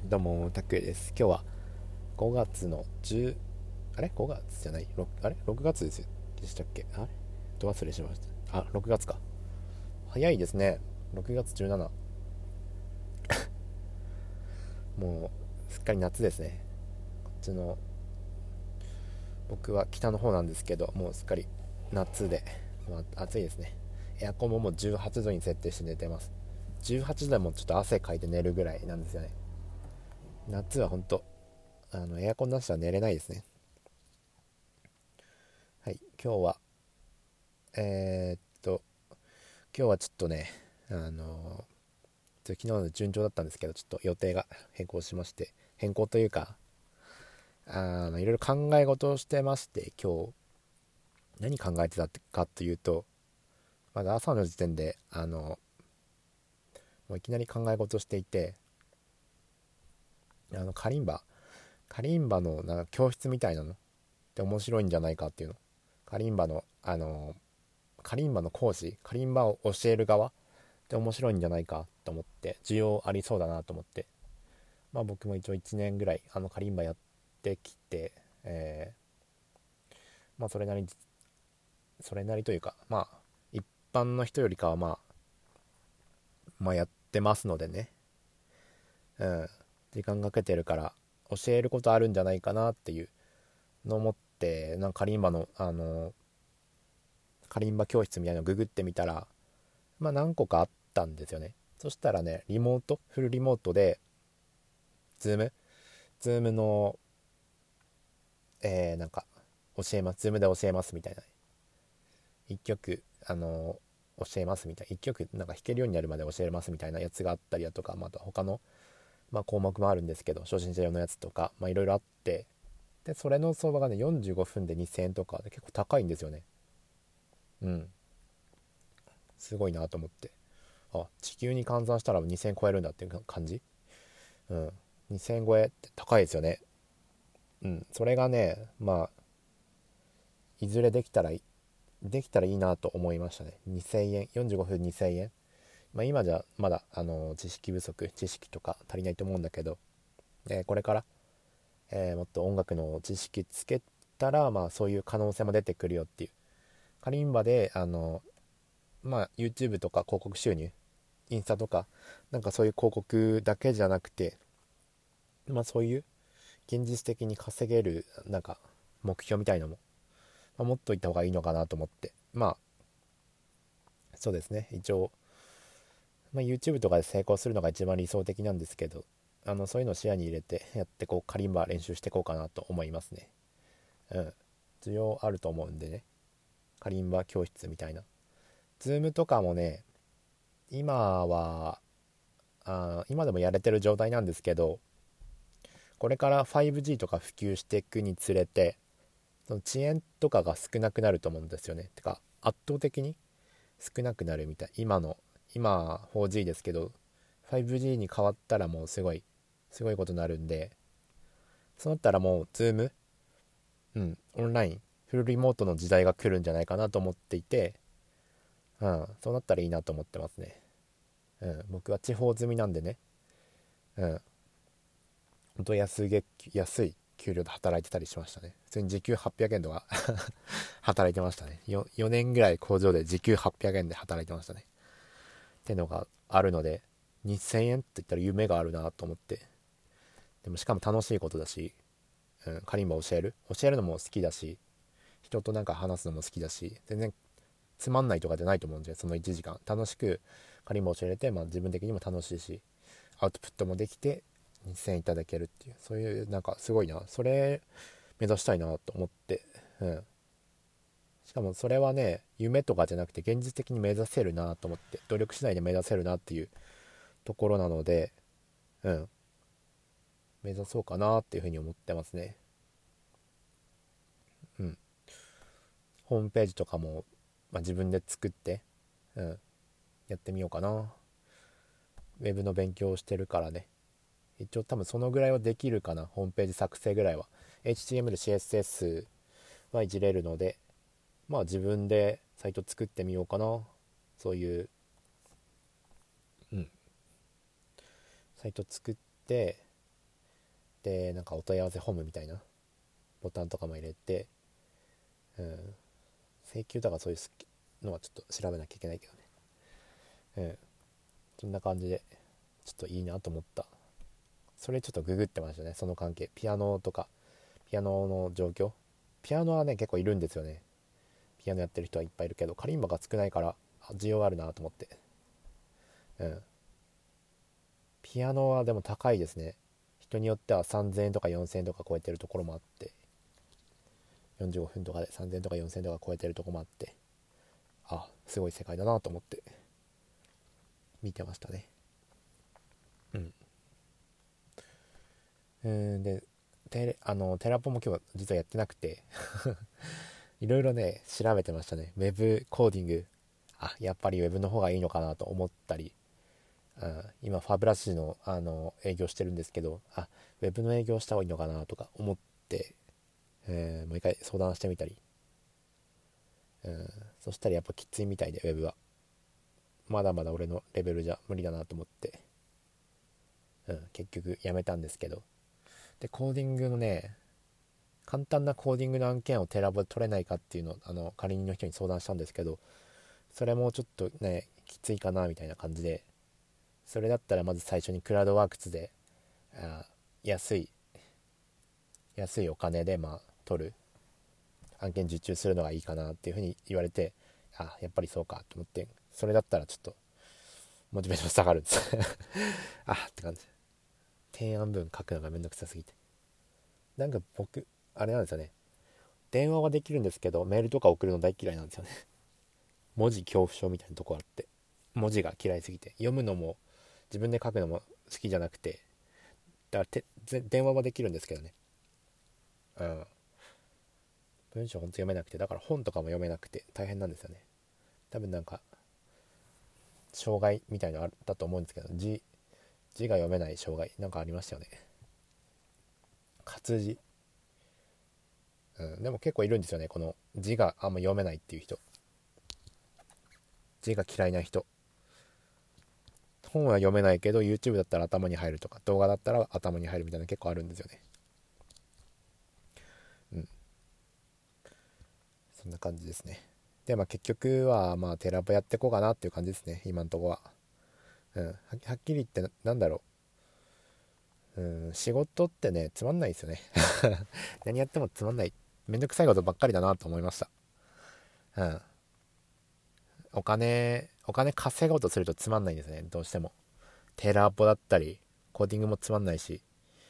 どうも、たくです。今日は5月の10、あれ ?5 月じゃない、あれ ?6 月ですよ。でしたっけあれど忘れしました。6月か。早いですね。6月17。もう、すっかり夏ですね。こっちの、僕は北の方なんですけど、もうすっかり夏で、暑いですね。エアコンももう18度に設定して寝てます。18度でもちょっと汗かいて寝るぐらいなんですよね。夏はほんと、エアコンなしは寝れないですね。はい、えーっと、今日はちょっとね、昨日の順調だったんですけど、ちょっと予定が変更しまして、変更というか、いろいろ考え事をしてまして、今日、何考えてたかというと、まだ朝の時点で、もういきなり考え事をしていて、カリンバ、カリンバのなんか教室みたいなのって面白いんじゃないかっていうの。カリンバの、カリンバの講師、カリンバを教える側って面白いんじゃないかと思って、需要ありそうだなと思って、まあ僕も一応1年ぐらいカリンバやってきて、まあそれなりというか、まあ一般の人よりかはまあやってますのでね、うん、時間かけてるから教えることあるんじゃないかなっていうのを思って、なんかカリンバのカリンバ教室みたいなのをググってみたら、まあ何個かあったんですよね。そしたらね、フルリモートで、ズームの、なんかズームで教えますみたいな、一曲教えますみたいな、一曲なんか弾けるようになるまで教えますみたいなやつがあったりだとか、また他の、項目もあるんですけど、初心者用のやつとかいろいろあって、でそれの相場がね45分で2000円とかで結構高いんですよね。うん、すごいなと思って、地球に換算したら2000円超えるんだっていう感じ。うん、2000円超えって高いですよね。うん、それがね、いずれできたらいいなと思いましたね。2000円、45分2000円。今じゃまだ知識とか足りないと思うんだけど、これから、もっと音楽の知識つけたら、そういう可能性も出てくるよっていう。カリンバでYouTube とか広告収入、インスタとかなんかそういう広告だけじゃなくて、そういう現実的に稼げるなんか目標みたいのも、持っといた方がいいのかなと思って、そうですね、一応、YouTube とかで成功するのが一番理想的なんですけど、そういうのを視野に入れてやってカリンバ練習していこうかなと思いますね。うん、需要あると思うんでね、カリンバ教室みたいな。ズームとかもね、今は今でもやれてる状態なんですけど、これから 5G とか普及していくにつれて、その遅延とかが少なくなると思うんですよね。てか圧倒的に少なくなるみたい。今 4G ですけど、 5G に変わったらもうすごいことになるんで、そうなったらもう Zoom、オンラインフルリモートの時代が来るんじゃないかなと思っていて、そうなったらいいなと思ってますね。僕は地方住みなんでね、本当安い給料で働いてたりしましたね。普通に時給800円とか働いてましたね。4年ぐらい工場で時給800円で働いてましたね。ってのがあるので、2000円って言ったら夢があるなと思って。でもしかも楽しいことだし、カリンバ教えるのも好きだし、人となんか話すのも好きだし、全然つまんないとかじゃないと思うんで、その1時間楽しくカリンバ教えれて、自分的にも楽しいし、アウトプットもできて2000円いただけるっていう、そういうなんかすごいな、それ目指したいなと思って。しかもそれはね、夢とかじゃなくて現実的に目指せるなと思って、努力次第で目指せるなっていうところなので、うん、目指そうかなっていうふうに思ってますね。うん、ホームページとかも、自分で作って、うん、やってみようかな。ウェブの勉強をしてるからね、一応多分そのぐらいはできるかな。ホームページ作成ぐらいは HTML、CSS はいじれるので、自分でサイト作ってみようかな。そういう、うん、サイト作って、 でなんかお問い合わせフォームみたいなボタンとかも入れて、請求とかそういうのはちょっと調べなきゃいけないけどね。そんな感じでちょっといいなと思った。それちょっとググってましたね、その関係。ピアノとかピアノの状況。ピアノはね結構いるんですよね。ピアノやってる人はいっぱいいるけど、カリンバが少ないから需要あるなと思って。ピアノはでも高いですね。人によっては3000円とか4000円とか超えてるところもあって、45分とかで3000円とか4000円とか超えてるところもあって、すごい世界だなと思って見てましたね。でテラポも今日実はやってなくていろいろね調べてましたね。ウェブコーディング、やっぱりウェブの方がいいのかなと思ったり、今ファブラシの、営業してるんですけど、ウェブの営業した方がいいのかなとか思って、もう一回相談してみたり、そしたらやっぱきついみたいで、ウェブはまだまだ俺のレベルじゃ無理だなと思って、結局やめたんですけど。でコーディングのね、簡単なコーディングの案件をテラボで取れないかっていうのを管理人の人に相談したんですけど、それもちょっとねきついかなみたいな感じで、それだったらまず最初にクラウドワークスで安いお金で取る案件受注するのがいいかなっていうふうに言われて、やっぱりそうかと思って、それだったらちょっとモチベーション下がるんですって感じ。提案文書くのがめんどくさすぎて、なんか僕あれなんですよね、電話はできるんですけどメールとか送るの大嫌いなんですよね。文字恐怖症みたいなとこあって、文字が嫌いすぎて読むのも自分で書くのも好きじゃなくて、だから電話はできるんですけどね、文章ほんと読めなくて、だから本とかも読めなくて大変なんですよね。多分なんか障害みたいのあったと思うんですけど、字が読めない障害なんかありましたよね。活字、でも結構いるんですよね、この字があんま読めないっていう人、字が嫌いな人。本は読めないけど YouTube だったら頭に入るとか、動画だったら頭に入るみたいな結構あるんですよね。そんな感じですね。で結局はテラボやっていこうかなっていう感じですね、今んとこは。はっきり言ってなんだろう、仕事ってねつまんないですよね何やってもつまんない、めんどくさいことばっかりだなと思いました。お金稼ごうとするとつまんないんですね、どうしても。テラボだったりコーディングもつまんないし、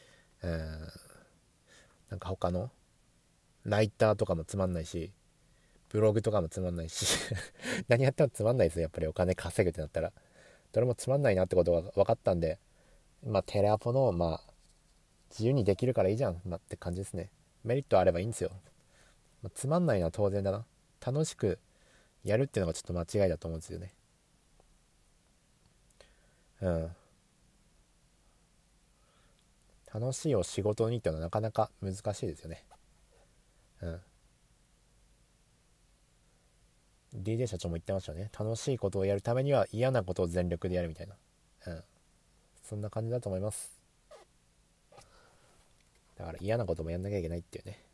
なんか他のライターとかもつまんないし、ブログとかもつまんないし何やってもつまんないですよ、やっぱりお金稼ぐってなったら。どれもつまんないなってことが分かったんで、テレアポの自由にできるからいいじゃん、って感じですね。メリットあればいいんですよ。つまんないのは当然だな。楽しくやるっていうのがちょっと間違いだと思うんですよね。楽しいを仕事にっていうのはなかなか難しいですよね。DJ 社長も言ってましたね。楽しいことをやるためには嫌なことを全力でやるみたいな。そんな感じだと思います。だから嫌なこともやんなきゃいけないっていうね。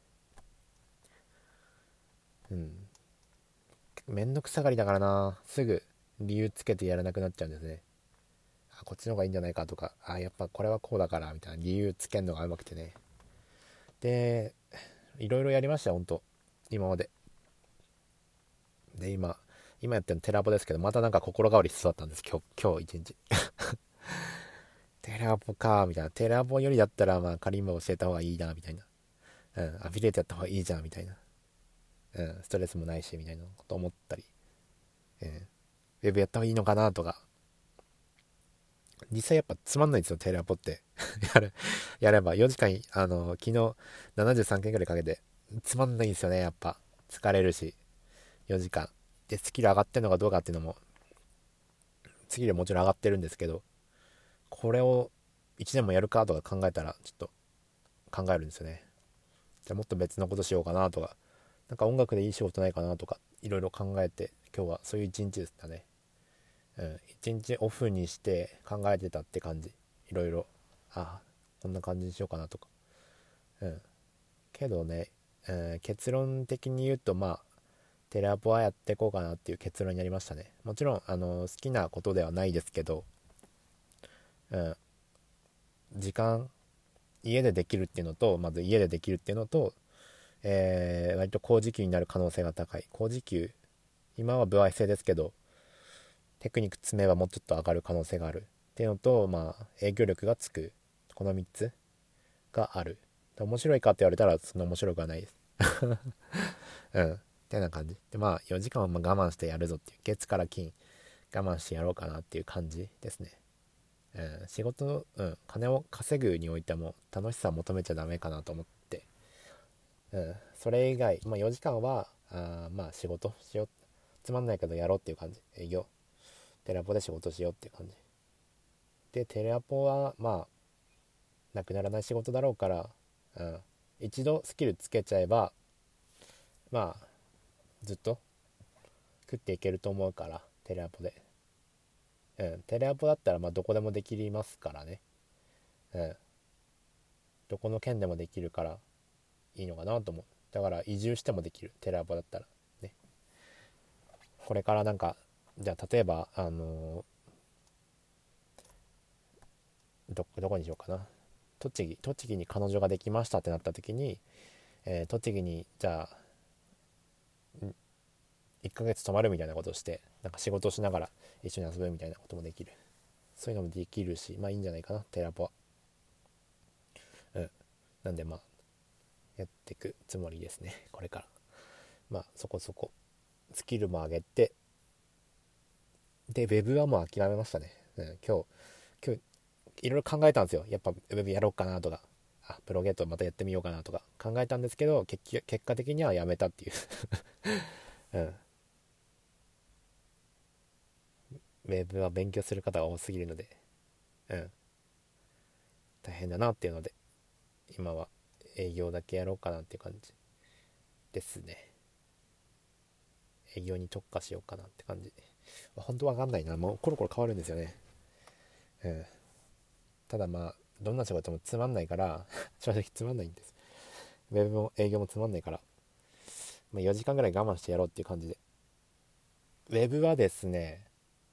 めんどくさがりだからな、すぐ理由つけてやらなくなっちゃうんですね。こっちの方がいいんじゃないかとか、やっぱこれはこうだからみたいな理由つけるのがうまくてね。でいろいろやりましたよ、ほんと今まで。で今やってるのテラボですけど、またなんか心変わりしそうだったんです、今日一日テラボかみたいな。テラボよりだったらカリンバ教えた方がいいなみたいな。アフィリエイトやった方がいいじゃんみたいな。ストレスもないしみたいなこと思ったり、ウェブやった方がいいのかなとか。実際やっぱつまんないんですよ、テレアポってやれば4時間昨日73件ぐらいかけて、つまんないんですよね、やっぱ疲れるし。4時間でスキル上がってんのかどうかっていうのも、スキルもちろん上がってるんですけど、これを1年もやるかとか考えたらちょっと考えるんですよね。じゃあもっと別のことしようかなとか、なんか音楽でいい仕事ないかなとかいろいろ考えて、今日はそういう一日でしたね。一日オフにして考えてたって感じ。いろいろこんな感じにしようかなとか。けどね、結論的に言うとテレアポはやっていこうかなっていう結論になりましたね。もちろん好きなことではないですけど、うん、時間家でできるっていうのと、まず家でできるっていうのと、割と高時給になる可能性が高い。高時給、今は歩合制ですけど、テクニック積めばもうちょっと上がる可能性があるっていうのと、営業力がつく。この3つがある。面白いかって言われたらそんな面白くはないです。ってな感じで、4時間は我慢してやるぞっていう、月から金我慢してやろうかなっていう感じですね。仕事、金を稼ぐにおいても楽しさを求めちゃダメかなと思って、それ以外、4時間は仕事しよう、つまんないけどやろうっていう感じ。営業、テレアポで仕事しようっていう感じで、テレアポはなくならない仕事だろうから、一度スキルつけちゃえばずっと食っていけると思うから、テレアポで、テレアポだったらどこでもできますからね。どこの県でもできるからいいのかなと思う。だから移住してもできる、テレアポだったらね。これからじゃあ例えばどこにしようかな。栃木に彼女ができましたってなった時に、栃木にじゃあ1ヶ月泊まるみたいなことをして、仕事をしながら一緒に遊ぶみたいなこともできる。そういうのもできるし、いいんじゃないかな、テレアポは。なんでやっていくつもりですね、これから。そこそこスキルも上げて、でウェブはもう諦めましたね。今日いろいろ考えたんですよ。やっぱウェブやろうかなとか、プロゲートまたやってみようかなとか考えたんですけど、結果的にはやめたっていうウェブは勉強する方が多すぎるので、大変だなっていうので、今は営業だけやろうかなっていう感じですね。営業に特化しようかなって感じ。本当わかんないな、もうコロコロ変わるんですよね。ただどんな仕事もつまんないから正直つまんないんです。ウェブも営業もつまんないから、4時間ぐらい我慢してやろうっていう感じで。ウェブはですね、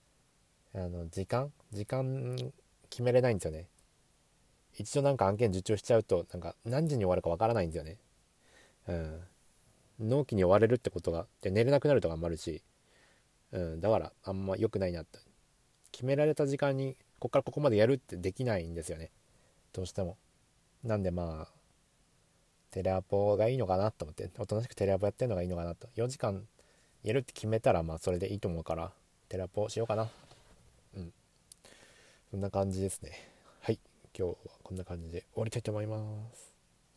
時間決めれないんですよね。一度案件受注しちゃうと何時に終わるかわからないんですよね。納期に追われるってことがで、寝れなくなるとかもあるし、だからあんま良くないなって。決められた時間にここからここまでやるってできないんですよね、どうしても。なんでテレアポがいいのかなと思って、おとなしくテレアポやってるのがいいのかなと。4時間やるって決めたらそれでいいと思うから、テレアポしようかな。そんな感じですね。はい、今日はこんな感じで終わりたいと思います。